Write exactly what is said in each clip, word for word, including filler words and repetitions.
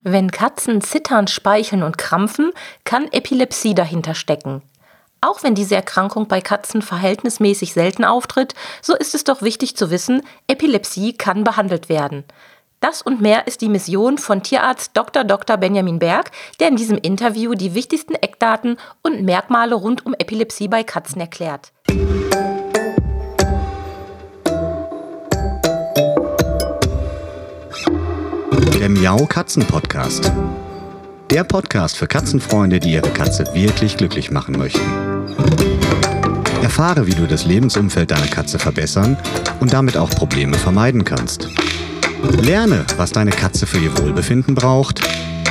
Wenn Katzen zittern, speicheln und krampfen, kann Epilepsie dahinter stecken. Auch wenn diese Erkrankung bei Katzen verhältnismäßig selten auftritt, so ist es doch wichtig zu wissen, Epilepsie kann behandelt werden. Das und mehr ist die Mission von Tierarzt Doktor Doktor Benjamin Berg, der in diesem Interview die wichtigsten Eckdaten und Merkmale rund um Epilepsie bei Katzen erklärt. Der Miau-Katzen-Podcast. Der Podcast für Katzenfreunde, die ihre Katze wirklich glücklich machen möchten. Erfahre, wie du das Lebensumfeld deiner Katze verbessern und damit auch Probleme vermeiden kannst. Lerne, was deine Katze für ihr Wohlbefinden braucht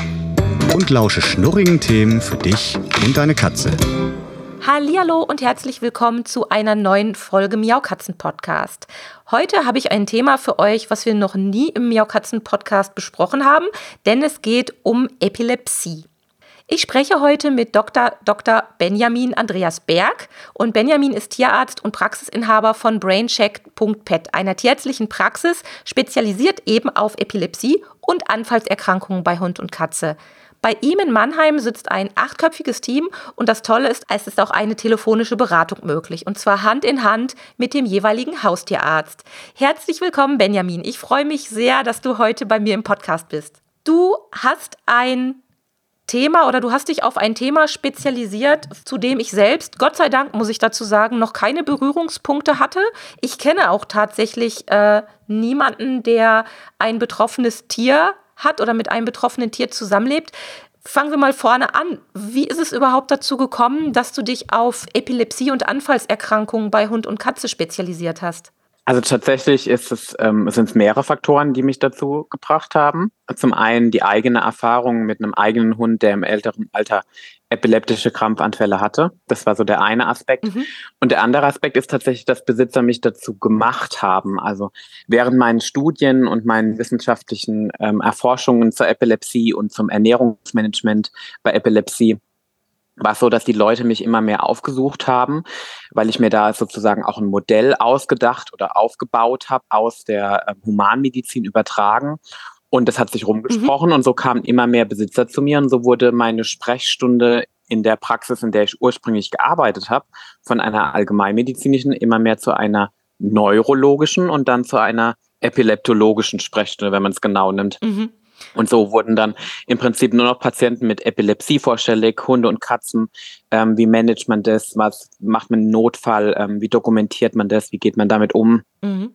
und lausche schnurrigen Themen für dich und deine Katze. Hallihallo und herzlich willkommen zu einer neuen Folge Miau-Katzen-Podcast. Heute habe ich ein Thema für euch, was wir noch nie im Miau-Katzen-Podcast besprochen haben, denn es geht um Epilepsie. Ich spreche heute mit Doktor Doktor Benjamin Andreas Berg und Benjamin ist Tierarzt und Praxisinhaber von braincheck punkt pet, einer tierärztlichen Praxis, spezialisiert eben auf Epilepsie und Anfallserkrankungen bei Hund und Katze. Bei ihm in Mannheim sitzt ein achtköpfiges Team und das Tolle ist, es ist auch eine telefonische Beratung möglich und zwar Hand in Hand mit dem jeweiligen Haustierarzt. Herzlich willkommen, Benjamin. Ich freue mich sehr, dass du heute bei mir im Podcast bist. Du hast ein Thema oder du hast dich auf ein Thema spezialisiert, zu dem ich selbst, Gott sei Dank, muss ich dazu sagen, noch keine Berührungspunkte hatte. Ich kenne auch tatsächlich äh, niemanden, der ein betroffenes Tier hat oder mit einem betroffenen Tier zusammenlebt. Fangen wir mal vorne an. Wie ist es überhaupt dazu gekommen, dass du dich auf Epilepsie und Anfallserkrankungen bei Hund und Katze spezialisiert hast? Also tatsächlich ist es, ähm, es sind mehrere Faktoren, die mich dazu gebracht haben. Zum einen die eigene Erfahrung mit einem eigenen Hund, der im älteren Alter epileptische Krampfanfälle hatte. Das war so der eine Aspekt. Mhm. Und der andere Aspekt ist tatsächlich, dass Besitzer mich dazu gemacht haben. Also während meinen Studien und meinen wissenschaftlichen ähm, Erforschungen zur Epilepsie und zum Ernährungsmanagement bei Epilepsie war es so, dass die Leute mich immer mehr aufgesucht haben, weil ich mir da sozusagen auch ein Modell ausgedacht oder aufgebaut habe, aus der äh, Humanmedizin übertragen. Und das hat sich rumgesprochen mhm. und so kamen immer mehr Besitzer zu mir und so wurde meine Sprechstunde in der Praxis, in der ich ursprünglich gearbeitet habe, von einer allgemeinmedizinischen immer mehr zu einer neurologischen und dann zu einer epileptologischen Sprechstunde, wenn man es genau nimmt. Mhm. Und so wurden dann im Prinzip nur noch Patienten mit Epilepsie vorstellig, Hunde und Katzen. Ähm, wie managt man das? Was macht man im Notfall? Ähm, wie dokumentiert man das? Wie geht man damit um? Mhm.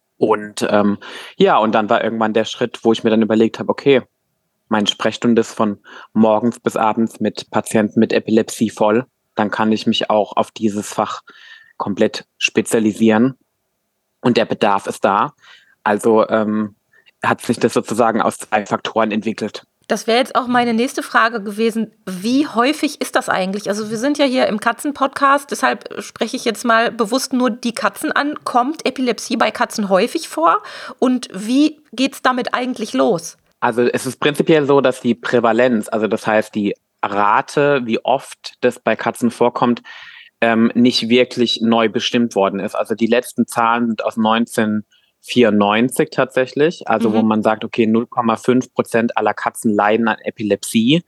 Und ähm, ja, und dann war irgendwann der Schritt, wo ich mir dann überlegt habe, okay, meine Sprechstunde ist von morgens bis abends mit Patienten mit Epilepsie voll. Dann kann ich mich auch auf dieses Fach komplett spezialisieren. Und der Bedarf ist da. Also ähm, hat sich das sozusagen aus zwei Faktoren entwickelt. Das wäre jetzt auch meine nächste Frage gewesen. Wie häufig ist das eigentlich? Also wir sind ja hier im Katzen-Podcast, deshalb spreche ich jetzt mal bewusst nur die Katzen an. Kommt Epilepsie bei Katzen häufig vor? Und wie geht es damit eigentlich los? Also es ist prinzipiell so, dass die Prävalenz, also das heißt die Rate, wie oft das bei Katzen vorkommt, ähm, nicht wirklich neu bestimmt worden ist. Also die letzten Zahlen sind aus neunzehnhundertvierundneunzig tatsächlich, also mhm. wo man sagt, okay, null Komma fünf Prozent aller Katzen leiden an Epilepsie.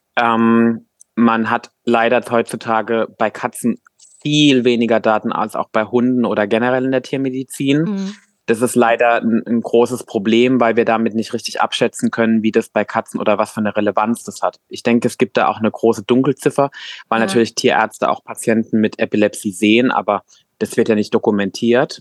Ähm, man hat leider heutzutage bei Katzen viel weniger Daten als auch bei Hunden oder generell in der Tiermedizin. Mhm. Das ist leider ein, ein großes Problem, weil wir damit nicht richtig abschätzen können, wie das bei Katzen oder was für eine Relevanz das hat. Ich denke, es gibt da auch eine große Dunkelziffer, weil ja. natürlich Tierärzte auch Patienten mit Epilepsie sehen, aber das wird ja nicht dokumentiert.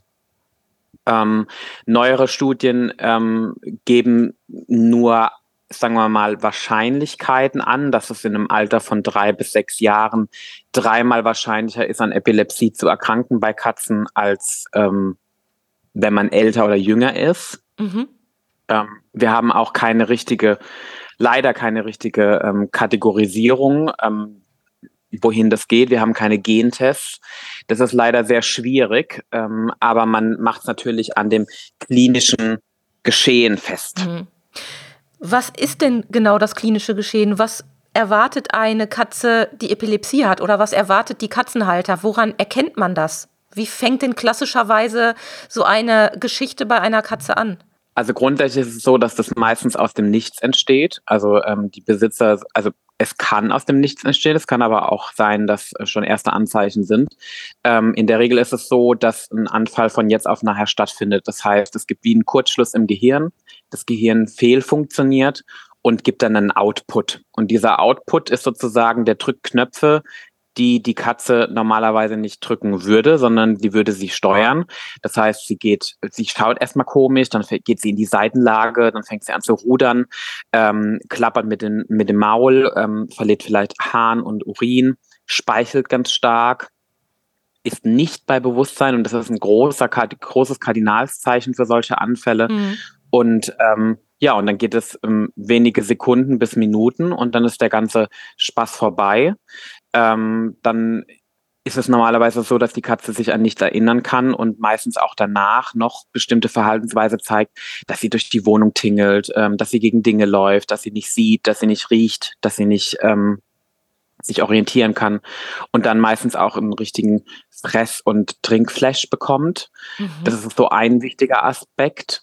Ähm, neuere Studien ähm, geben nur, sagen wir mal, Wahrscheinlichkeiten an, dass es in einem Alter von drei bis sechs Jahren dreimal wahrscheinlicher ist, an Epilepsie zu erkranken bei Katzen, als ähm, wenn man älter oder jünger ist. Mhm. Ähm, wir haben auch keine richtige, leider keine richtige ähm, Kategorisierung, ähm, wohin das geht. Wir haben keine Gentests. Das ist leider sehr schwierig, ähm, aber man macht es natürlich an dem klinischen Geschehen fest. Mhm. Was ist denn genau das klinische Geschehen? Was erwartet eine Katze, die Epilepsie hat? Oder was erwartet die Katzenhalter? Woran erkennt man das? Wie fängt denn klassischerweise so eine Geschichte bei einer Katze an? Also grundsätzlich ist es so, dass das meistens aus dem Nichts entsteht. Also ähm, die Besitzer, also es kann aus dem Nichts entstehen, es kann aber auch sein, dass äh, schon erste Anzeichen sind. Ähm, in der Regel ist es so, dass ein Anfall von jetzt auf nachher stattfindet. Das heißt, es gibt wie einen Kurzschluss im Gehirn. Das Gehirn fehlfunktioniert und gibt dann einen Output. Und dieser Output ist sozusagen, der drückt Knöpfe, die die Katze normalerweise nicht drücken würde, sondern die würde sie steuern. Das heißt, sie geht, sie schaut erstmal komisch, dann geht sie in die Seitenlage, dann fängt sie an zu rudern, ähm, klappert mit, den, mit dem Maul, ähm, verliert vielleicht Harn und Urin, speichelt ganz stark, ist nicht bei Bewusstsein und das ist ein großer, großes Kardinalszeichen für solche Anfälle. Mhm. Und ähm, ja, und dann geht es ähm, wenige Sekunden bis Minuten und dann ist der ganze Spaß vorbei. Ähm, dann ist es normalerweise so, dass die Katze sich an nichts erinnern kann und meistens auch danach noch bestimmte Verhaltensweise zeigt, dass sie durch die Wohnung tingelt, ähm, dass sie gegen Dinge läuft, dass sie nicht sieht, dass sie nicht riecht, dass sie nicht ähm, sich orientieren kann und dann meistens auch einen richtigen Fress- und Trinkflash bekommt. Mhm. Das ist so ein wichtiger Aspekt.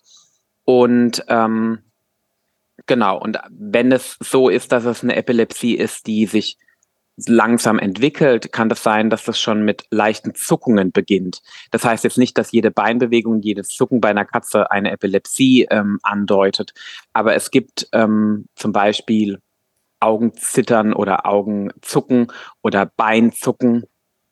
Und ähm, genau, und wenn es so ist, dass es eine Epilepsie ist, die sich langsam entwickelt, kann das sein, dass das schon mit leichten Zuckungen beginnt. Das heißt jetzt nicht, dass jede Beinbewegung, jedes Zucken bei einer Katze eine Epilepsie ähm, andeutet, aber es gibt ähm, zum Beispiel Augenzittern oder Augenzucken oder Beinzucken,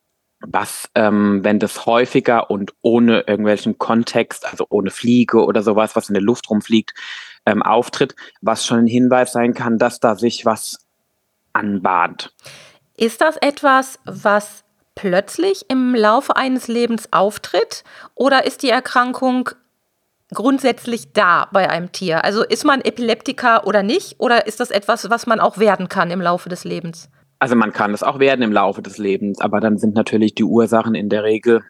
was, ähm, wenn das häufiger und ohne irgendwelchen Kontext, also ohne Fliege oder sowas, was in der Luft rumfliegt, ähm, auftritt, was schon ein Hinweis sein kann, dass da sich was anbahnt. Ist das etwas, was plötzlich im Laufe eines Lebens auftritt oder ist die Erkrankung grundsätzlich da bei einem Tier? Also ist man Epileptiker oder nicht oder ist das etwas, was man auch werden kann im Laufe des Lebens? Also man kann es auch werden im Laufe des Lebens, aber dann sind natürlich die Ursachen in der Regel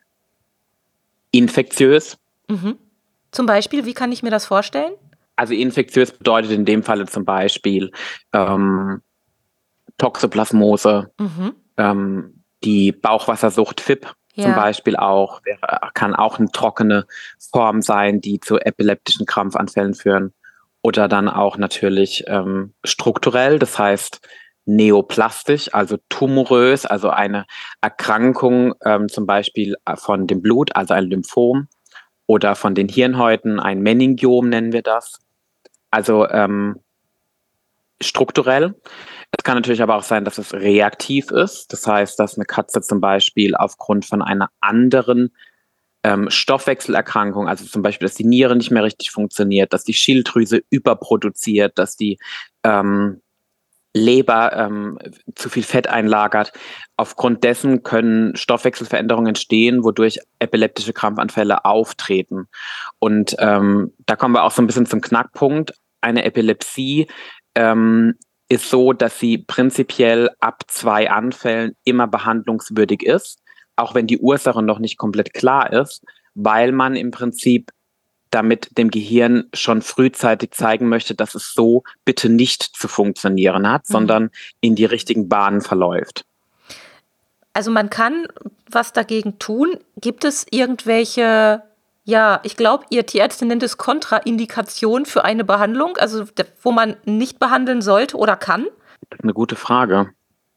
infektiös. Mhm. Zum Beispiel, wie kann ich mir das vorstellen? Also infektiös bedeutet in dem Falle zum Beispiel ähm, Toxoplasmose, mhm. ähm, die Bauchwassersucht F I P ja. Zum Beispiel auch, wäre, kann auch eine trockene Form sein, die zu epileptischen Krampfanfällen führen. Oder dann auch natürlich ähm, strukturell, das heißt neoplastisch, also tumorös, also eine Erkrankung ähm, zum Beispiel von dem Blut, also ein Lymphom, oder von den Hirnhäuten, ein Meningiom nennen wir das. Also ähm, strukturell. Es kann natürlich aber auch sein, dass es reaktiv ist. Das heißt, dass eine Katze zum Beispiel aufgrund von einer anderen ähm, Stoffwechselerkrankung, also zum Beispiel, dass die Niere nicht mehr richtig funktioniert, dass die Schilddrüse überproduziert, dass die ähm, Leber ähm, zu viel Fett einlagert. Aufgrund dessen können Stoffwechselveränderungen entstehen, wodurch epileptische Krampfanfälle auftreten. Und ähm, da kommen wir auch so ein bisschen zum Knackpunkt. Eine Epilepsie ähm, ist so, dass sie prinzipiell ab zwei Anfällen immer behandlungswürdig ist, auch wenn die Ursache noch nicht komplett klar ist, weil man im Prinzip damit dem Gehirn schon frühzeitig zeigen möchte, dass es so bitte nicht zu funktionieren hat, mhm. sondern in die richtigen Bahnen verläuft. Also man kann was dagegen tun. Gibt es irgendwelche, ja, ich glaube, Ihr Tierärztin nennt es Kontraindikation für eine Behandlung, also wo man nicht behandeln sollte oder kann? Das ist eine gute Frage.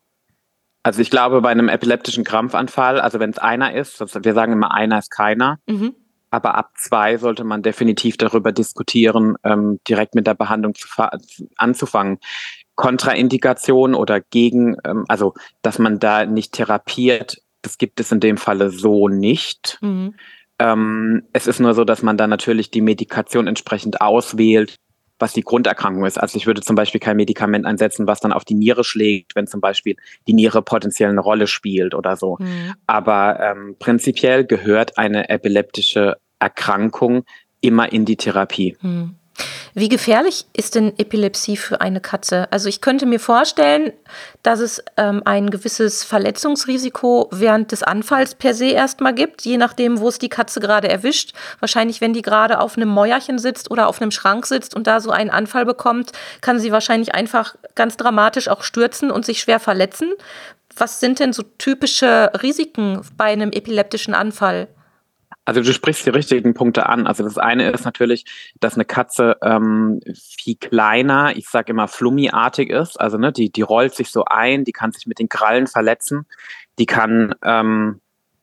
Also ich glaube, bei einem epileptischen Krampfanfall, also wenn es einer ist, wir sagen immer, einer ist keiner, mhm. aber ab zwei sollte man definitiv darüber diskutieren, ähm, direkt mit der Behandlung zu fa- anzufangen. Kontraindikation oder gegen, ähm, also dass man da nicht therapiert, das gibt es in dem Falle so nicht. Mhm. Ähm, es ist nur so, dass man da natürlich die Medikation entsprechend auswählt, was die Grunderkrankung ist. Also ich würde zum Beispiel kein Medikament einsetzen, was dann auf die Niere schlägt, wenn zum Beispiel die Niere potenziell eine Rolle spielt oder so. Mhm. Aber ähm, prinzipiell gehört eine epileptische Erkrankung immer in die Therapie. Mhm. Wie gefährlich ist denn Epilepsie für eine Katze? Also ich könnte mir vorstellen, dass es ähm, ein gewisses Verletzungsrisiko während des Anfalls per se erstmal gibt, je nachdem, wo es die Katze gerade erwischt. Wahrscheinlich, wenn die gerade auf einem Mäuerchen sitzt oder auf einem Schrank sitzt und da so einen Anfall bekommt, kann sie wahrscheinlich einfach ganz dramatisch auch stürzen und sich schwer verletzen. Was sind denn so typische Risiken bei einem epileptischen Anfall? Also du sprichst die richtigen Punkte an. Also das eine ist natürlich, dass eine Katze ähm, viel kleiner, ich sage immer flummiartig ist. Also ne, die, die rollt sich so ein, die kann sich mit den Krallen verletzen, die kann ähm,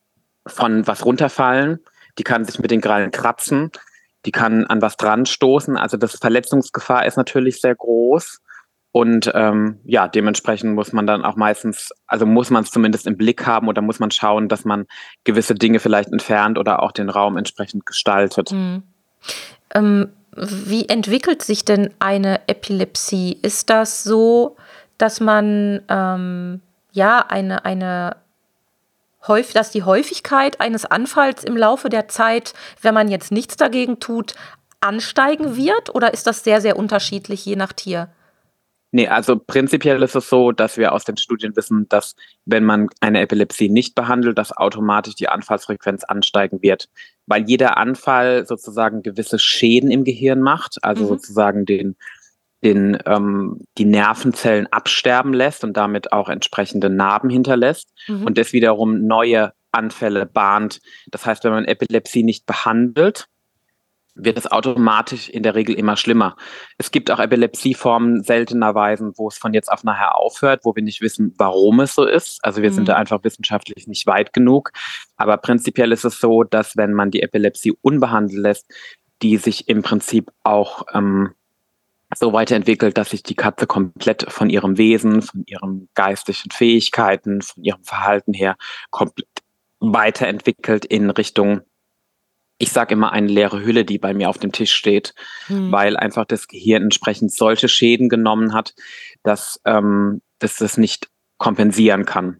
von was runterfallen, die kann sich mit den Krallen kratzen, die kann an was dran stoßen. Also das Verletzungsgefahr ist natürlich sehr groß. Und ähm, ja, dementsprechend muss man dann auch meistens, also muss man es zumindest im Blick haben oder muss man schauen, dass man gewisse Dinge vielleicht entfernt oder auch den Raum entsprechend gestaltet. Mhm. Ähm, wie entwickelt sich denn eine Epilepsie? Ist das so, dass man ähm, ja eine, eine häufig, dass die Häufigkeit eines Anfalls im Laufe der Zeit, wenn man jetzt nichts dagegen tut, ansteigen wird? Oder ist das sehr, sehr unterschiedlich je nach Tier? Nee, also prinzipiell ist es so, dass wir aus den Studien wissen, dass wenn man eine Epilepsie nicht behandelt, dass automatisch die Anfallsfrequenz ansteigen wird, weil jeder Anfall sozusagen gewisse Schäden im Gehirn macht, also mhm. sozusagen den, den, ähm, die Nervenzellen absterben lässt und damit auch entsprechende Narben hinterlässt mhm. und das wiederum neue Anfälle bahnt. Das heißt, wenn man Epilepsie nicht behandelt, wird es automatisch in der Regel immer schlimmer. Es gibt auch Epilepsieformen seltenerweise, wo es von jetzt auf nachher aufhört, wo wir nicht wissen, warum es so ist. Also wir mhm. sind da einfach wissenschaftlich nicht weit genug. Aber prinzipiell ist es so, dass wenn man die Epilepsie unbehandelt lässt, die sich im Prinzip auch ähm, so weiterentwickelt, dass sich die Katze komplett von ihrem Wesen, von ihren geistigen Fähigkeiten, von ihrem Verhalten her komplett weiterentwickelt in Richtung, ich sage immer, eine leere Hülle, die bei mir auf dem Tisch steht, mhm. weil einfach das Gehirn entsprechend solche Schäden genommen hat, dass, ähm, dass das nicht kompensieren kann.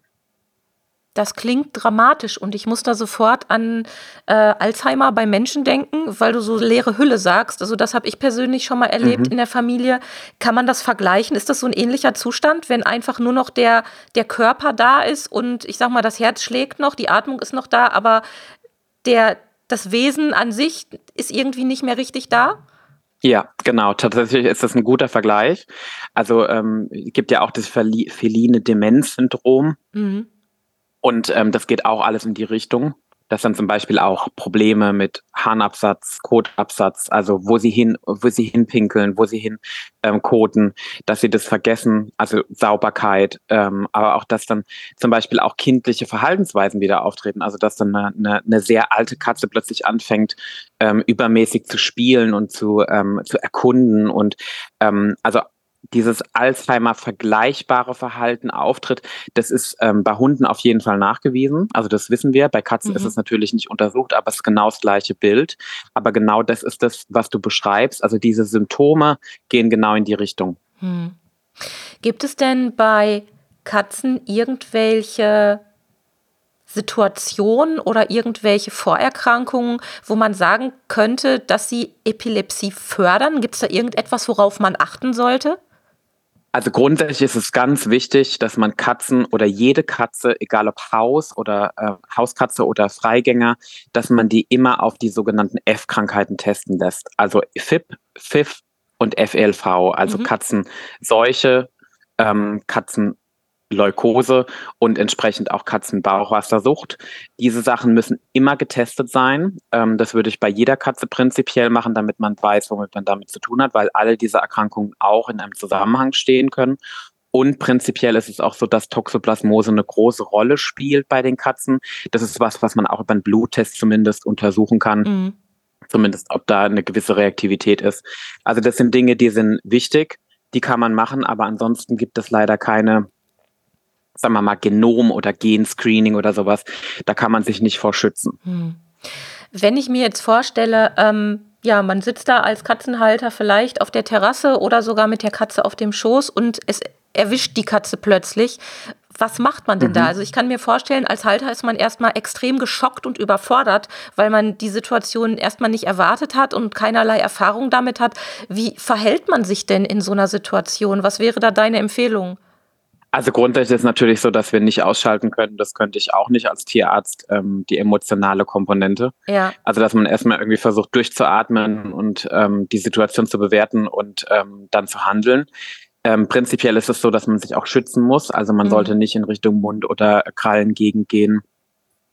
Das klingt dramatisch und ich muss da sofort an äh, Alzheimer bei Menschen denken, weil du so leere Hülle sagst. Also das habe ich persönlich schon mal erlebt mhm. in der Familie. Kann man das vergleichen? Ist das so ein ähnlicher Zustand, wenn einfach nur noch der, der Körper da ist und ich sag mal, das Herz schlägt noch, die Atmung ist noch da, aber der das Wesen an sich ist irgendwie nicht mehr richtig da? Ja, genau. Tatsächlich ist das ein guter Vergleich. Also ähm, es gibt ja auch das feline Demenz-Syndrom. Mhm. Und ähm, das geht auch alles in die Richtung. Das dann zum Beispiel auch Probleme mit Harnabsatz, Kotabsatz, also wo sie hin, wo sie hinpinkeln, wo sie hin ähm, koten, dass sie das vergessen, also Sauberkeit, ähm, aber auch, dass dann zum Beispiel auch kindliche Verhaltensweisen wieder auftreten, also dass dann eine, eine, eine sehr alte Katze plötzlich anfängt, ähm, übermäßig zu spielen und zu, ähm, zu erkunden und ähm, also dieses Alzheimer-vergleichbare Verhalten auftritt, das ist ähm, bei Hunden auf jeden Fall nachgewiesen. Also das wissen wir. Bei Katzen mhm. ist es natürlich nicht untersucht, aber es ist genau das gleiche Bild. Aber genau das ist das, was du beschreibst. Also diese Symptome gehen genau in die Richtung. Hm. Gibt es denn bei Katzen irgendwelche Situationen oder irgendwelche Vorerkrankungen, wo man sagen könnte, dass sie Epilepsie fördern? Gibt es da irgendetwas, worauf man achten sollte? Also grundsätzlich ist es ganz wichtig, dass man Katzen oder jede Katze, egal ob Haus oder äh, Hauskatze oder Freigänger, dass man die immer auf die sogenannten F-Krankheiten testen lässt. Also F I P, F I F und F L V, also mhm. Katzenseuche, ähm, Katzenleukose und entsprechend auch Katzenbauchwassersucht. Diese Sachen müssen immer getestet sein. Ähm, das würde ich bei jeder Katze prinzipiell machen, damit man weiß, womit man damit zu tun hat, weil alle diese Erkrankungen auch in einem Zusammenhang stehen können. Und prinzipiell ist es auch so, dass Toxoplasmose eine große Rolle spielt bei den Katzen. Das ist was, was man auch über einen Bluttest zumindest untersuchen kann. Mhm. Zumindest, ob da eine gewisse Reaktivität ist. Also das sind Dinge, die sind wichtig, die kann man machen, aber ansonsten gibt es leider keine, sagen wir mal, Genom- oder Genscreening oder sowas. Da kann man sich nicht vor schützen. Hm. Wenn ich mir jetzt vorstelle, ähm, ja, man sitzt da als Katzenhalter vielleicht auf der Terrasse oder sogar mit der Katze auf dem Schoß und es erwischt die Katze plötzlich. Was macht man denn mhm. da? Also ich kann mir vorstellen, als Halter ist man erstmal extrem geschockt und überfordert, weil man die Situation erstmal nicht erwartet hat und keinerlei Erfahrung damit hat. Wie verhält man sich denn in so einer Situation? Was wäre da deine Empfehlung? Also grundsätzlich ist es natürlich so, dass wir nicht ausschalten können, das könnte ich auch nicht als Tierarzt, ähm, die emotionale Komponente. Ja. Also dass man erstmal irgendwie versucht durchzuatmen und ähm, die Situation zu bewerten und ähm, dann zu handeln. Ähm, prinzipiell ist es so, dass man sich auch schützen muss. Also man mhm. sollte nicht in Richtung Mund- oder Krallengegend gehen.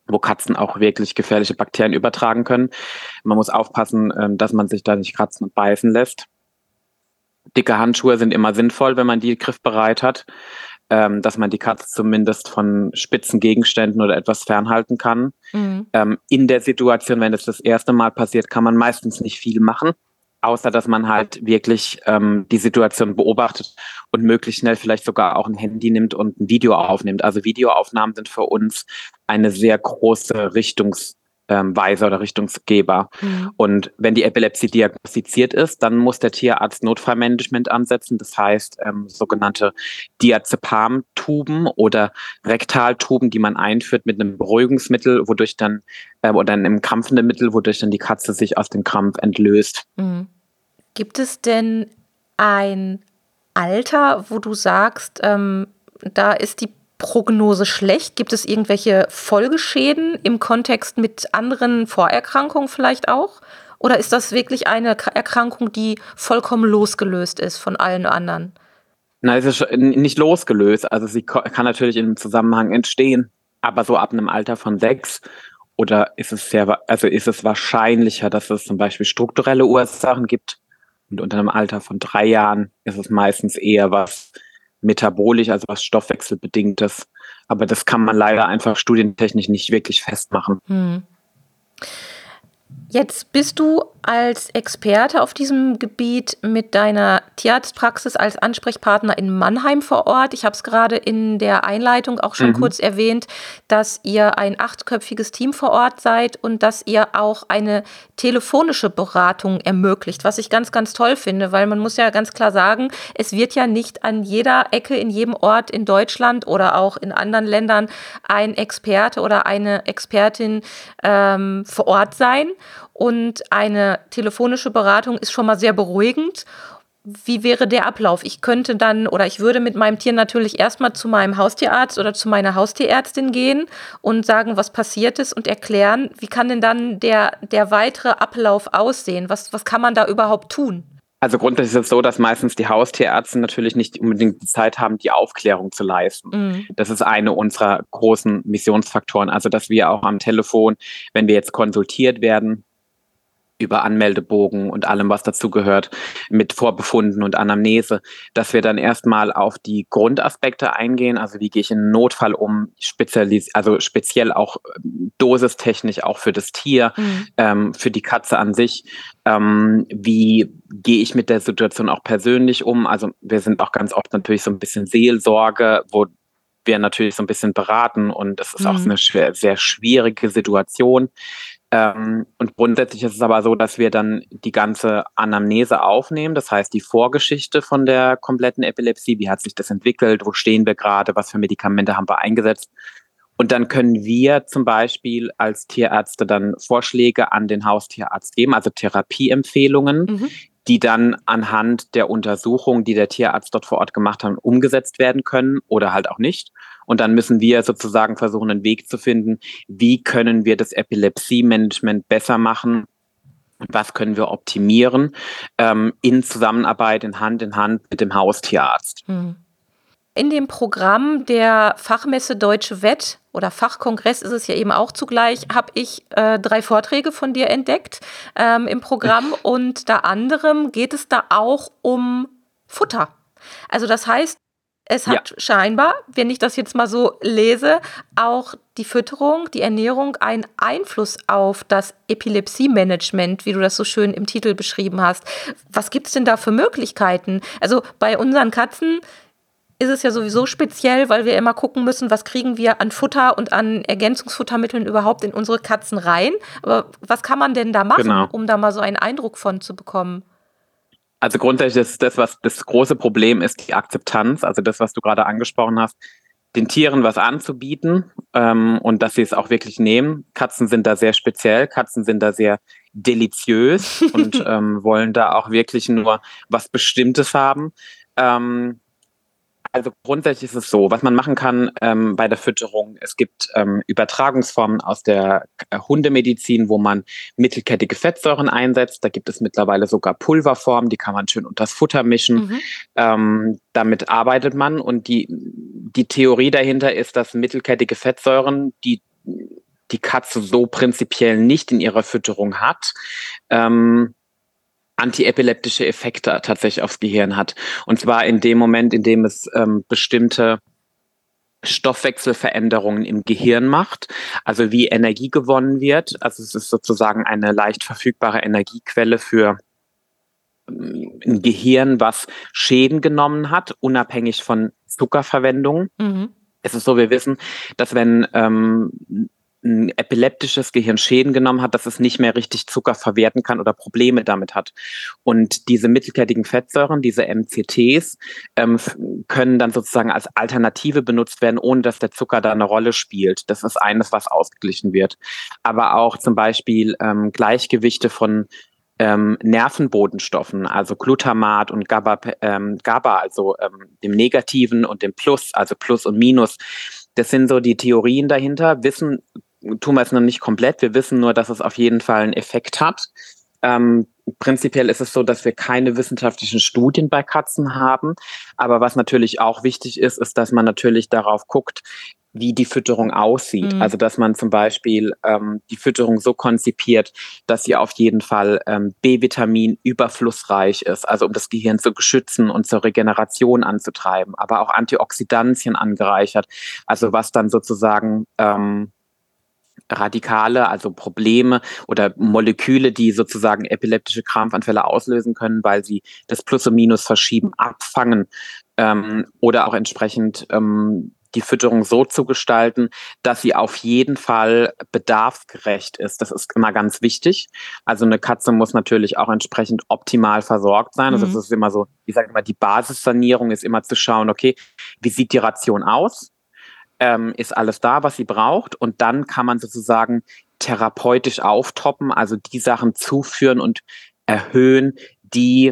wo Katzen auch wirklich gefährliche Bakterien übertragen können. Man muss aufpassen, dass man sich da nicht kratzen und beißen lässt. Dicke Handschuhe sind immer sinnvoll, wenn man die griffbereit hat, dass man die Katze zumindest von spitzen Gegenständen oder etwas fernhalten kann. Mhm. In der Situation, wenn es das erste Mal passiert, kann man meistens nicht viel machen, außer dass man halt wirklich ähm, die Situation beobachtet und möglichst schnell vielleicht sogar auch ein Handy nimmt und ein Video aufnimmt. Also Videoaufnahmen sind für uns eine sehr große Richtungsweise ähm, oder Richtungsgeber. Mhm. Und wenn die Epilepsie diagnostiziert ist, dann muss der Tierarzt Notfallmanagement ansetzen. Das heißt, ähm, sogenannte Diazepam-Tuben oder Rektaltuben, die man einführt mit einem Beruhigungsmittel, wodurch dann äh, oder einem krampfenden Mittel, wodurch dann die Katze sich aus dem Krampf entlöst. Mhm. Gibt es denn ein Alter, wo du sagst, ähm, da ist die Prognose schlecht? Gibt es irgendwelche Folgeschäden im Kontext mit anderen Vorerkrankungen vielleicht auch? Oder ist das wirklich eine Erkrankung, die vollkommen losgelöst ist von allen anderen? Nein, es ist nicht losgelöst. Also sie kann natürlich in einem Zusammenhang entstehen, aber so ab einem Alter von sechs oder ist es sehr, also ist es wahrscheinlicher, dass es zum Beispiel strukturelle Ursachen gibt. Und unter einem Alter von drei Jahren ist es meistens eher was metabolisch, also was stoffwechselbedingtes. Aber das kann man leider einfach studientechnisch nicht wirklich festmachen. Hm. Jetzt bist du als Experte auf diesem Gebiet mit deiner Tierarztpraxis als Ansprechpartner in Mannheim vor Ort. Ich habe es gerade in der Einleitung auch schon mhm. kurz erwähnt, dass ihr ein achtköpfiges Team vor Ort seid und dass ihr auch eine telefonische Beratung ermöglicht, was ich ganz, ganz toll finde, weil man muss ja ganz klar sagen, es wird ja nicht an jeder Ecke in jedem Ort in Deutschland oder auch in anderen Ländern ein Experte oder eine Expertin ähm, vor Ort sein. Und eine telefonische Beratung ist schon mal sehr beruhigend. Wie wäre der Ablauf? Ich könnte dann oder ich würde mit meinem Tier natürlich erstmal zu meinem Haustierarzt oder zu meiner Haustierärztin gehen und sagen, was passiert ist und erklären, wie kann denn dann der, der weitere Ablauf aussehen? Was, was kann man da überhaupt tun? Also grundsätzlich ist es so, dass meistens die Haustierärzte natürlich nicht unbedingt die Zeit haben, die Aufklärung zu leisten. Mhm. Das ist eine unserer großen Missionsfaktoren. Also dass wir auch am Telefon, wenn wir jetzt konsultiert werden, über Anmeldebogen und allem, was dazugehört, mit Vorbefunden und Anamnese, dass wir dann erstmal auf die Grundaspekte eingehen, also wie gehe ich in einen Notfall um, spezialis- also speziell auch dosistechnisch auch für das Tier, mhm. ähm, für die Katze an sich, ähm, wie gehe ich mit der Situation auch persönlich um, also wir sind auch ganz oft natürlich so ein bisschen Seelsorge, wo wir natürlich so ein bisschen beraten und das ist mhm. auch eine schwer, sehr schwierige Situation. Ähm, und grundsätzlich ist es aber so, dass wir dann die ganze Anamnese aufnehmen, das heißt die Vorgeschichte von der kompletten Epilepsie, wie hat sich das entwickelt, wo stehen wir gerade, was für Medikamente haben wir eingesetzt. Und dann können wir zum Beispiel als Tierärzte dann Vorschläge an den Haustierarzt geben, also Therapieempfehlungen, mhm. die dann anhand der Untersuchung, die der Tierarzt dort vor Ort gemacht hat, umgesetzt werden können oder halt auch nicht. Und dann müssen wir sozusagen versuchen, einen Weg zu finden, wie können wir das Epilepsie-Management besser machen und was können wir optimieren ähm, in Zusammenarbeit, in Hand in Hand mit dem Haustierarzt. Hm. In dem Programm der Fachmesse Deutsche Vet oder Fachkongress ist es ja eben auch zugleich, habe ich äh, drei Vorträge von dir entdeckt ähm, im Programm. Und unter anderem geht es da auch um Futter. Also das heißt, es hat ja. scheinbar, wenn ich das jetzt mal so lese, auch die Fütterung, die Ernährung einen Einfluss auf das Epilepsie-Management, wie du das so schön im Titel beschrieben hast. Was gibt es denn da für Möglichkeiten? Also bei unseren Katzen ist es ja sowieso speziell, weil wir immer gucken müssen, was kriegen wir an Futter und an Ergänzungsfuttermitteln überhaupt in unsere Katzen rein. Aber was kann man denn da machen, genau. um da mal so einen Eindruck von zu bekommen? Also grundsätzlich ist das, was das große Problem ist, die Akzeptanz, also das, was du gerade angesprochen hast, den Tieren was anzubieten ähm, und dass sie es auch wirklich nehmen. Katzen sind da sehr speziell, Katzen sind da sehr deliziös und ähm, wollen da auch wirklich nur was Bestimmtes haben. Ähm, Also grundsätzlich ist es so, was man machen kann ähm, bei der Fütterung. Es gibt ähm, Übertragungsformen aus der äh, Hundemedizin, wo man mittelkettige Fettsäuren einsetzt. Da gibt es mittlerweile sogar Pulverformen, die kann man schön unter das Futter mischen. Mhm. Ähm, damit arbeitet man und die, die Theorie dahinter ist, dass mittelkettige Fettsäuren, die die Katze so prinzipiell nicht in ihrer Fütterung hat, ähm, antiepileptische Effekte tatsächlich aufs Gehirn hat. Und zwar in dem Moment, in dem es ähm, bestimmte Stoffwechselveränderungen im Gehirn macht, also wie Energie gewonnen wird. Also es ist sozusagen eine leicht verfügbare Energiequelle für ähm, ein Gehirn, was Schäden genommen hat, unabhängig von Zuckerverwendung. Mhm. Es ist so, wir wissen, dass wenn ähm, ein epileptisches Gehirn Schäden genommen hat, dass es nicht mehr richtig Zucker verwerten kann oder Probleme damit hat. Und diese mittelkettigen Fettsäuren, diese M C Ts, ähm, können dann sozusagen als Alternative benutzt werden, ohne dass der Zucker da eine Rolle spielt. Das ist eines, was ausgeglichen wird. Aber auch zum Beispiel ähm, Gleichgewichte von ähm, Nervenbotenstoffen, also Glutamat und GABA, ähm, GABA, also ähm, dem Negativen und dem Plus, also Plus und Minus. Das sind so die Theorien dahinter. Wissen tun wir es noch nicht komplett. Wir wissen nur, dass es auf jeden Fall einen Effekt hat. Ähm, prinzipiell ist es so, dass wir keine wissenschaftlichen Studien bei Katzen haben. Aber was natürlich auch wichtig ist, ist, dass man natürlich darauf guckt, wie die Fütterung aussieht. Mhm. Also dass man zum Beispiel ähm, die Fütterung so konzipiert, dass sie auf jeden Fall ähm, B-Vitamin überflussreich ist, also um das Gehirn zu schützen und zur Regeneration anzutreiben, aber auch Antioxidantien angereichert, also was dann sozusagen ähm, Radikale, also Probleme oder Moleküle, die sozusagen epileptische Krampfanfälle auslösen können, weil sie das Plus und Minus verschieben, abfangen ähm, oder auch entsprechend ähm, die Fütterung so zu gestalten, dass sie auf jeden Fall bedarfsgerecht ist. Das ist immer ganz wichtig. Also eine Katze muss natürlich auch entsprechend optimal versorgt sein. Also Mhm. das ist immer so, ich sage immer, die Basissanierung ist immer zu schauen, okay, wie sieht die Ration aus? Ähm, ist alles da, was sie braucht? Und dann kann man sozusagen therapeutisch auftoppen, also die Sachen zuführen und erhöhen, die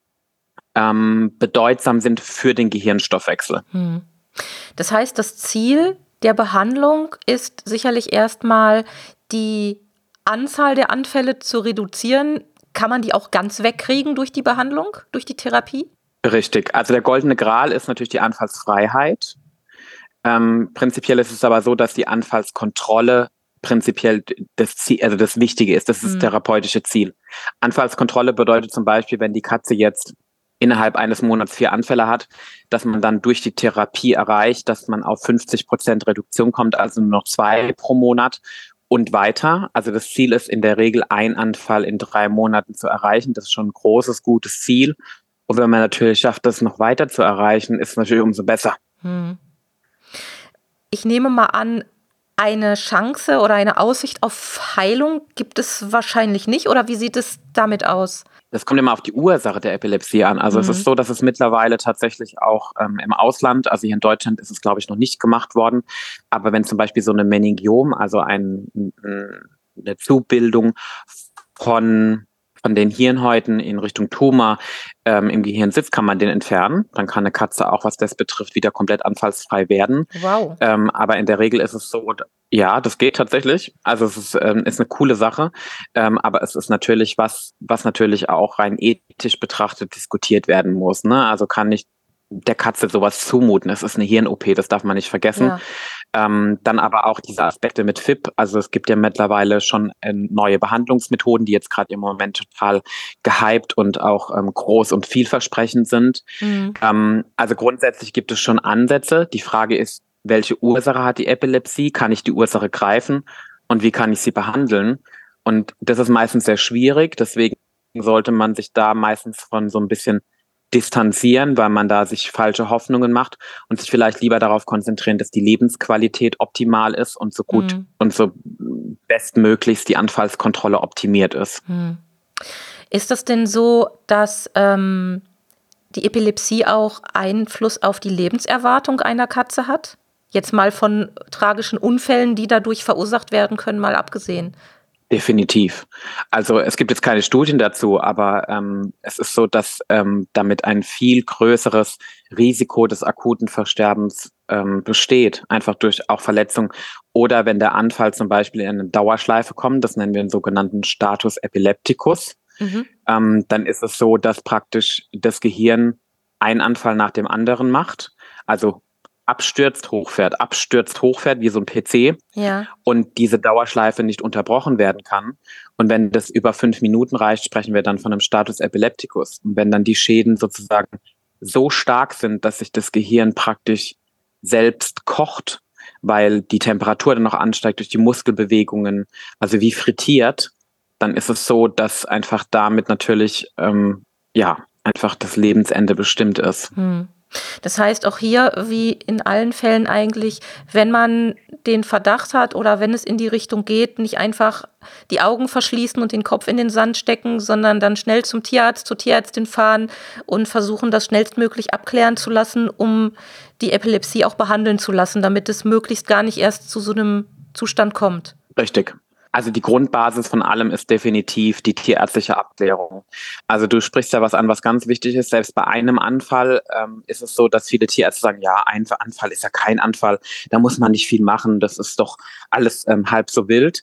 ähm, bedeutsam sind für den Gehirnstoffwechsel. Mhm. Das heißt, das Ziel der Behandlung ist sicherlich erstmal, die Anzahl der Anfälle zu reduzieren. Kann man die auch ganz wegkriegen durch die Behandlung, durch die Therapie? Richtig. Also der goldene Gral ist natürlich die Anfallsfreiheit. Ähm, prinzipiell ist es aber so, dass die Anfallskontrolle prinzipiell das Ziel, also das Wichtige ist. Das ist das Mhm. therapeutische Ziel. Anfallskontrolle bedeutet zum Beispiel, wenn die Katze jetzt innerhalb eines Monats vier Anfälle hat, dass man dann durch die Therapie erreicht, dass man auf fünfzig Prozent Reduktion kommt, also nur noch zwei pro Monat und weiter. Also das Ziel ist in der Regel, ein Anfall in drei Monaten zu erreichen. Das ist schon ein großes, gutes Ziel. Und wenn man natürlich schafft, das noch weiter zu erreichen, ist es natürlich umso besser. Mhm. Ich nehme mal an, eine Chance oder eine Aussicht auf Heilung gibt es wahrscheinlich nicht. Oder wie sieht es damit aus? Das kommt immer auf die Ursache der Epilepsie an. Also Mhm. es ist so, dass es mittlerweile tatsächlich auch ähm, im Ausland, also hier in Deutschland ist es, glaube ich, noch nicht gemacht worden. Aber wenn zum Beispiel so eine Meningiom, also ein, eine Zubildung von von den Hirnhäuten in Richtung Tumor ähm, im Gehirn sitzt, kann man den entfernen. Dann kann eine Katze auch, was das betrifft, wieder komplett anfallsfrei werden. Wow. Ähm, aber in der Regel ist es so, ja, das geht tatsächlich. Also es ist, ähm, ist eine coole Sache. Ähm, aber es ist natürlich was, was natürlich auch rein ethisch betrachtet diskutiert werden muss. Ne? Also kann nicht der Katze sowas zumuten. Es ist eine Hirn-O P, das darf man nicht vergessen. Ja. Ähm, dann aber auch diese Aspekte mit F I P. Also es gibt ja mittlerweile schon äh, neue Behandlungsmethoden, die jetzt gerade im Moment total gehypt und auch ähm, groß und vielversprechend sind. Mhm. Ähm, also grundsätzlich gibt es schon Ansätze. Die Frage ist, welche Ursache hat die Epilepsie? Kann ich die Ursache greifen? Und wie kann ich sie behandeln? Und das ist meistens sehr schwierig. Deswegen sollte man sich da meistens von so ein bisschen distanzieren, weil man da sich falsche Hoffnungen macht und sich vielleicht lieber darauf konzentrieren, dass die Lebensqualität optimal ist und so gut Mhm. und so bestmöglichst die Anfallskontrolle optimiert ist. Mhm. Ist das denn so, dass ähm, die Epilepsie auch Einfluss auf die Lebenserwartung einer Katze hat? Jetzt mal von tragischen Unfällen, die dadurch verursacht werden können, mal abgesehen. Definitiv. Also es gibt jetzt keine Studien dazu, aber ähm, es ist so, dass ähm, damit ein viel größeres Risiko des akuten Versterbens ähm, besteht, einfach durch auch Verletzung oder wenn der Anfall zum Beispiel in eine Dauerschleife kommt, das nennen wir den sogenannten Status epilepticus, Mhm. ähm, dann ist es so, dass praktisch das Gehirn einen Anfall nach dem anderen macht. Also abstürzt, hochfährt, abstürzt, hochfährt, wie so ein P C. Ja. Und diese Dauerschleife nicht unterbrochen werden kann. Und wenn das über fünf Minuten reicht, sprechen wir dann von einem Status epilepticus. Und wenn dann die Schäden sozusagen so stark sind, dass sich das Gehirn praktisch selbst kocht, weil die Temperatur dann noch ansteigt durch die Muskelbewegungen, also wie frittiert, dann ist es so, dass einfach damit natürlich ähm, ja einfach das Lebensende bestimmt ist. Hm. Das heißt auch hier, wie in allen Fällen eigentlich, wenn man den Verdacht hat oder wenn es in die Richtung geht, nicht einfach die Augen verschließen und den Kopf in den Sand stecken, sondern dann schnell zum Tierarzt, zur Tierärztin fahren und versuchen, das schnellstmöglich abklären zu lassen, um die Epilepsie auch behandeln zu lassen, damit es möglichst gar nicht erst zu so einem Zustand kommt. Richtig. Also die Grundbasis von allem ist definitiv die tierärztliche Abklärung. Also du sprichst ja was an, was ganz wichtig ist. Selbst bei einem Anfall ähm, ist es so, dass viele Tierärzte sagen, ja, ein Anfall ist ja kein Anfall, da muss man nicht viel machen, das ist doch alles ähm, halb so wild.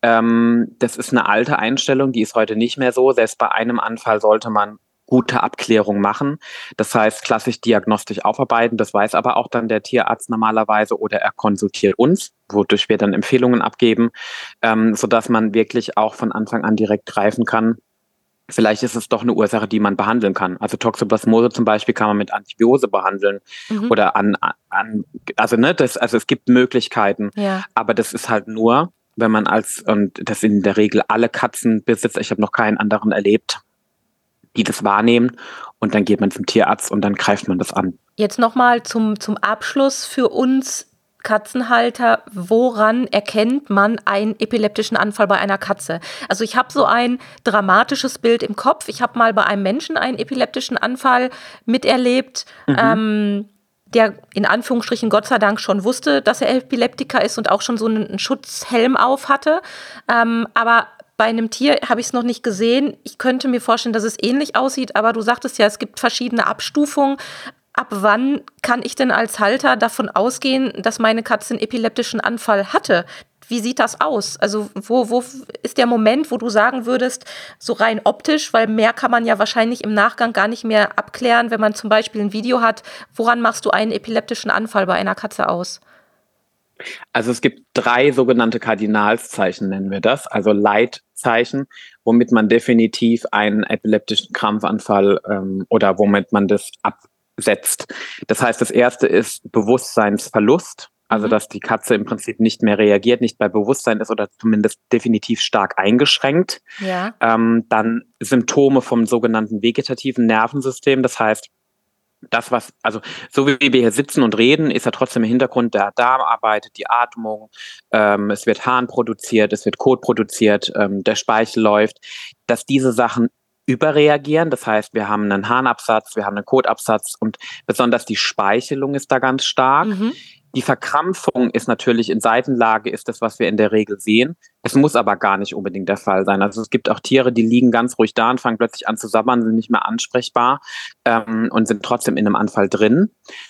Ähm, das ist eine alte Einstellung, die ist heute nicht mehr so. Selbst bei einem Anfall sollte man gute Abklärung machen. Das heißt, klassisch diagnostisch aufarbeiten. Das weiß aber auch dann der Tierarzt normalerweise oder er konsultiert uns, wodurch wir dann Empfehlungen abgeben, ähm, sodass man wirklich auch von Anfang an direkt greifen kann. Vielleicht ist es doch eine Ursache, die man behandeln kann. Also Toxoplasmose zum Beispiel kann man mit Antibiose behandeln mhm. oder an, an also ne, das, also es gibt Möglichkeiten, ja. aber das ist halt nur, wenn man als, und das in der Regel alle Katzenbesitzer, ich habe noch keinen anderen erlebt, die das wahrnehmen und dann geht man zum Tierarzt und dann greift man das an. Jetzt nochmal zum, zum Abschluss für uns Katzenhalter, woran erkennt man einen epileptischen Anfall bei einer Katze? Also ich habe so ein dramatisches Bild im Kopf. Ich habe mal bei einem Menschen einen epileptischen Anfall miterlebt, mhm. ähm, der in Anführungsstrichen Gott sei Dank schon wusste, dass er Epileptiker ist und auch schon so einen, einen Schutzhelm auf hatte. Ähm, aber bei einem Tier habe ich es noch nicht gesehen. Ich könnte mir vorstellen, dass es ähnlich aussieht, aber du sagtest ja, es gibt verschiedene Abstufungen. Ab wann kann ich denn als Halter davon ausgehen, dass meine Katze einen epileptischen Anfall hatte? Wie sieht das aus? Also wo, wo ist der Moment, wo du sagen würdest, so rein optisch, weil mehr kann man ja wahrscheinlich im Nachgang gar nicht mehr abklären, wenn man zum Beispiel ein Video hat, woran machst du einen epileptischen Anfall bei einer Katze aus? Also es gibt drei sogenannte Kardinalszeichen, nennen wir das, also Leitzeichen, womit man definitiv einen epileptischen Krampfanfall ähm, oder womit man das absetzt. Das heißt, das erste ist Bewusstseinsverlust, also mhm. dass die Katze im Prinzip nicht mehr reagiert, nicht bei Bewusstsein ist oder zumindest definitiv stark eingeschränkt. Ja. Ähm, dann Symptome vom sogenannten vegetativen Nervensystem, das heißt, das, was, also so wie wir hier sitzen und reden, ist ja trotzdem im Hintergrund, der Darm arbeitet, die Atmung, ähm, es wird Harn produziert, es wird Kot produziert, ähm, der Speichel läuft, dass diese Sachen überreagieren. Das heißt, wir haben einen Harnabsatz, wir haben einen Kotabsatz und besonders die Speichelung ist da ganz stark. Mhm. Die Verkrampfung ist natürlich in Seitenlage, ist das, was wir in der Regel sehen. Es muss aber gar nicht unbedingt der Fall sein. Also es gibt auch Tiere, die liegen ganz ruhig da und fangen plötzlich an zu sabbern, sind nicht mehr ansprechbar ähm, und sind trotzdem in einem Anfall drin.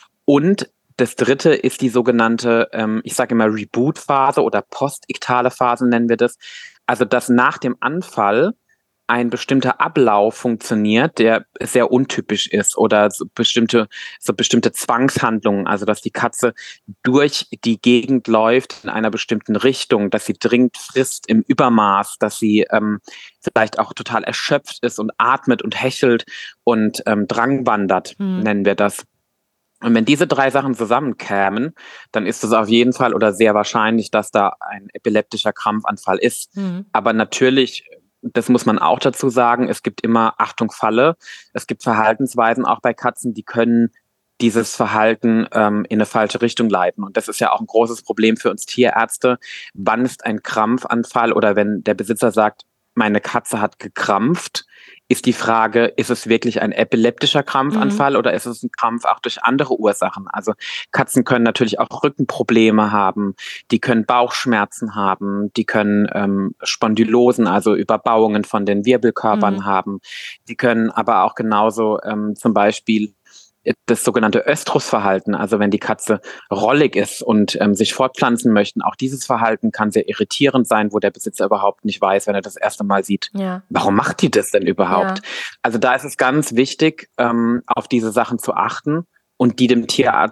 Und das dritte ist die sogenannte, ähm, ich sage immer Reboot-Phase oder postiktale Phase nennen wir das. Also dass nach dem Anfall ein bestimmter Ablauf funktioniert, der sehr untypisch ist oder so bestimmte, so bestimmte Zwangshandlungen, also dass die Katze durch die Gegend läuft in einer bestimmten Richtung, dass sie dringend frisst im Übermaß, dass sie ähm, vielleicht auch total erschöpft ist und atmet und hechelt und ähm, drangwandert, mhm. nennen wir das. Und wenn diese drei Sachen zusammenkämen, dann ist es auf jeden Fall oder sehr wahrscheinlich, dass da ein epileptischer Krampfanfall ist. Mhm. Aber natürlich, das muss man auch dazu sagen, es gibt immer, Achtung, Falle, es gibt Verhaltensweisen auch bei Katzen, die können dieses Verhalten ähm, in eine falsche Richtung leiten. Und das ist ja auch ein großes Problem für uns Tierärzte. Wann ist ein Krampfanfall oder wenn der Besitzer sagt, meine Katze hat gekrampft, ist die Frage, ist es wirklich ein epileptischer Krampfanfall mhm. oder ist es ein Krampf auch durch andere Ursachen? Also Katzen können natürlich auch Rückenprobleme haben, die können Bauchschmerzen haben, die können ähm, Spondylosen, also Überbauungen von den Wirbelkörpern mhm. haben. Die können aber auch genauso ähm, zum Beispiel das sogenannte Östrusverhalten, also wenn die Katze rollig ist und ähm, sich fortpflanzen möchten, auch dieses Verhalten kann sehr irritierend sein, wo der Besitzer überhaupt nicht weiß, wenn er das erste Mal sieht, ja. Warum macht die das denn überhaupt? Ja. Also da ist es ganz wichtig, ähm, auf diese Sachen zu achten und die dem Tierarzt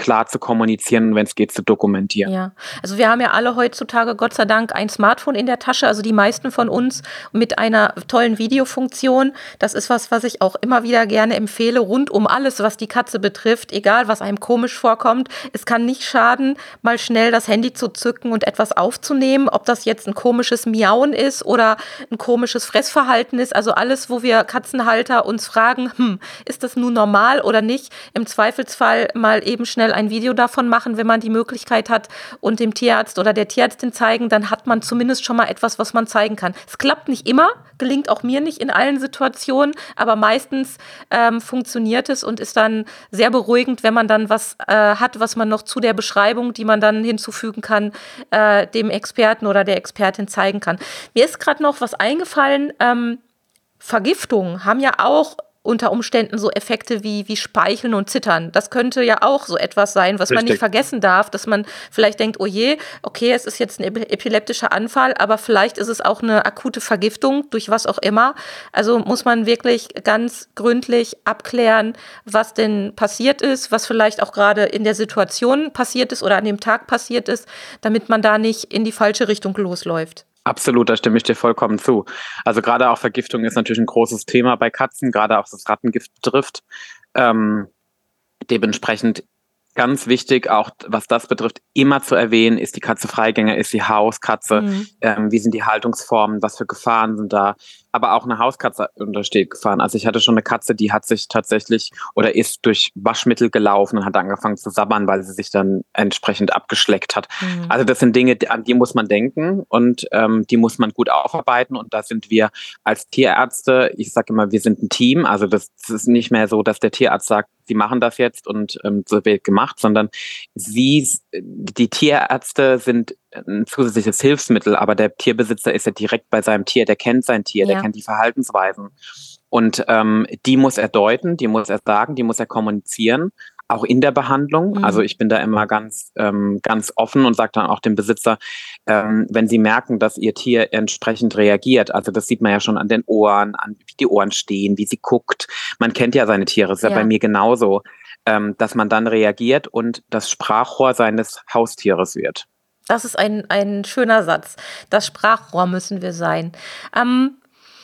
klar zu kommunizieren und wenn es geht, zu dokumentieren. Ja, also wir haben ja alle heutzutage Gott sei Dank ein Smartphone in der Tasche, also die meisten von uns mit einer tollen Videofunktion. Das ist was, was ich auch immer wieder gerne empfehle, rund um alles, was die Katze betrifft, egal was einem komisch vorkommt. Es kann nicht schaden, mal schnell das Handy zu zücken und etwas aufzunehmen, ob das jetzt ein komisches Miauen ist oder ein komisches Fressverhalten ist. Also alles, wo wir Katzenhalter uns fragen, hm, ist das nun normal oder nicht? Im Zweifelsfall mal eben schnell ein Video davon machen, wenn man die Möglichkeit hat und dem Tierarzt oder der Tierärztin zeigen, dann hat man zumindest schon mal etwas, was man zeigen kann. Es klappt nicht immer, gelingt auch mir nicht in allen Situationen, aber meistens ähm, funktioniert es und ist dann sehr beruhigend, wenn man dann was äh, hat, was man noch zu der Beschreibung, die man dann hinzufügen kann, äh, dem Experten oder der Expertin zeigen kann. Mir ist gerade noch was eingefallen, ähm, Vergiftungen haben ja auch unter Umständen so Effekte wie, wie Speicheln und Zittern. Das könnte ja auch so etwas sein, was Richtig. Man nicht vergessen darf, dass man vielleicht denkt, oh je, okay, es ist jetzt ein epileptischer Anfall, aber vielleicht ist es auch eine akute Vergiftung, durch was auch immer. Also muss man wirklich ganz gründlich abklären, was denn passiert ist, was vielleicht auch gerade in der Situation passiert ist oder an dem Tag passiert ist, damit man da nicht in die falsche Richtung losläuft. Absolut, da stimme ich dir vollkommen zu. Also gerade auch Vergiftung ist natürlich ein großes Thema bei Katzen, gerade auch was Rattengift betrifft. Ähm, dementsprechend ganz wichtig, auch was das betrifft, immer zu erwähnen, ist die Katze Freigänger, ist sie Hauskatze, mhm. ähm, wie sind die Haltungsformen, was für Gefahren sind da. Aber auch eine Hauskatze untersteht Gefahren. Also ich hatte schon eine Katze, die hat sich tatsächlich oder ist durch Waschmittel gelaufen und hat angefangen zu sabbern, weil sie sich dann entsprechend abgeschleckt hat. Mhm. Also das sind Dinge, an die muss man denken und ähm, die muss man gut aufarbeiten. Und da sind wir als Tierärzte, ich sage immer, wir sind ein Team. Also das, das ist nicht mehr so, dass der Tierarzt sagt, sie machen das jetzt und ähm, so wird gemacht, sondern sie, die Tierärzte sind ein zusätzliches Hilfsmittel, aber der Tierbesitzer ist ja direkt bei seinem Tier, der kennt sein Tier, ja. der kennt die Verhaltensweisen. Und ähm, die muss er deuten, die muss er sagen, die muss er kommunizieren, auch in der Behandlung. Mhm. Also ich bin da immer ganz, ähm, ganz offen und sage dann auch dem Besitzer, ähm, wenn sie merken, dass ihr Tier entsprechend reagiert, also das sieht man ja schon an den Ohren, an wie die Ohren stehen, wie sie guckt. Man kennt ja seine Tiere, das ist ja, ja bei mir genauso, ähm, dass man dann reagiert und das Sprachrohr seines Haustieres wird. Das ist ein, ein schöner Satz. Das Sprachrohr müssen wir sein. Ähm,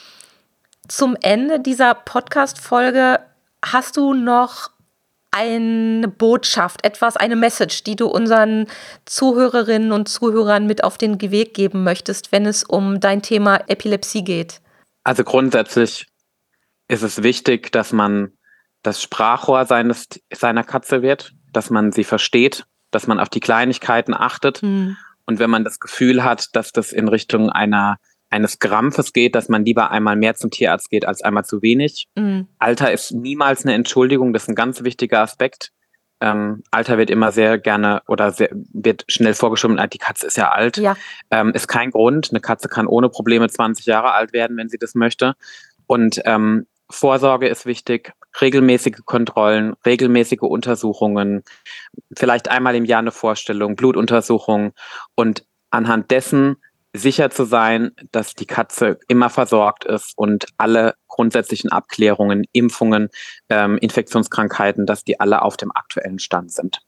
zum Ende dieser Podcast-Folge hast du noch eine Botschaft, etwas, eine Message, die du unseren Zuhörerinnen und Zuhörern mit auf den Weg geben möchtest, wenn es um dein Thema Epilepsie geht? Also grundsätzlich ist es wichtig, dass man das Sprachrohr seines, seiner Katze wird, dass man sie versteht, dass man auf die Kleinigkeiten achtet. Hm. Und wenn man das Gefühl hat, dass das in Richtung einer eines Krampfes geht, dass man lieber einmal mehr zum Tierarzt geht als einmal zu wenig. Mhm. Alter ist niemals eine Entschuldigung, das ist ein ganz wichtiger Aspekt. Ähm, Alter wird immer sehr gerne oder sehr, wird schnell vorgeschoben, die Katze ist ja alt. Ja. Ähm, ist kein Grund, eine Katze kann ohne Probleme zwanzig Jahre alt werden, wenn sie das möchte. Und ähm, Vorsorge ist wichtig, regelmäßige Kontrollen, regelmäßige Untersuchungen, vielleicht einmal im Jahr eine Vorstellung, Blutuntersuchung und anhand dessen sicher zu sein, dass die Katze immer versorgt ist und alle grundsätzlichen Abklärungen, Impfungen, ähm, Infektionskrankheiten, dass die alle auf dem aktuellen Stand sind.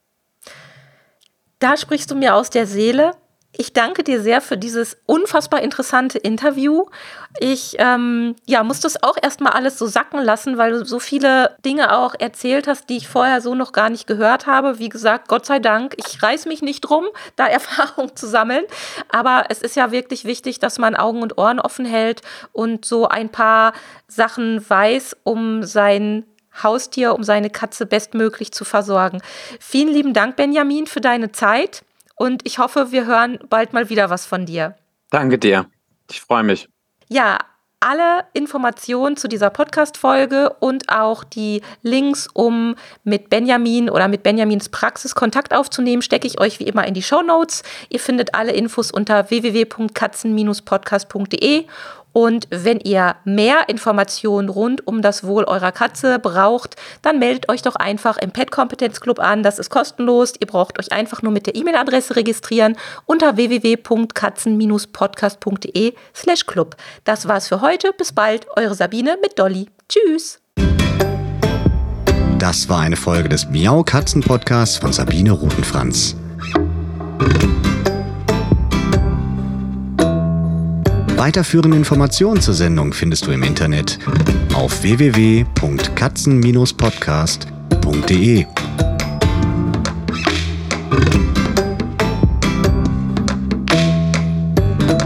Da sprichst du mir aus der Seele. Ich danke dir sehr für dieses unfassbar interessante Interview. Ich ähm, ja, muss das auch erstmal alles so sacken lassen, weil du so viele Dinge auch erzählt hast, die ich vorher so noch gar nicht gehört habe. Wie gesagt, Gott sei Dank, ich reiß mich nicht drum, da Erfahrung zu sammeln. Aber es ist ja wirklich wichtig, dass man Augen und Ohren offen hält und so ein paar Sachen weiß, um sein Haustier, um seine Katze bestmöglich zu versorgen. Vielen lieben Dank, Benjamin, für deine Zeit. Und ich hoffe, wir hören bald mal wieder was von dir. Danke dir. Ich freue mich. Ja, alle Informationen zu dieser Podcast-Folge und auch die Links, um mit Benjamin oder mit Benjamins Praxis Kontakt aufzunehmen, stecke ich euch wie immer in die Shownotes. Ihr findet alle Infos unter w w w punkt katzen Bindestrich podcast punkt d e. Und wenn ihr mehr Informationen rund um das Wohl eurer Katze braucht, dann meldet euch doch einfach im Pet Kompetenz Club an. Das ist kostenlos. Ihr braucht euch einfach nur mit der E-Mail-Adresse registrieren unter w w w punkt katzen Bindestrich podcast punkt d e slash club. Das war's für heute. Bis bald. Eure Sabine mit Dolly. Tschüss. Das war eine Folge des Miau Katzen Podcasts von Sabine Rutenfranz. Weiterführende Informationen zur Sendung findest du im Internet auf w w w punkt katzen Bindestrich podcast punkt de.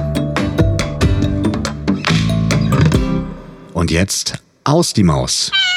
Und jetzt aus die Maus.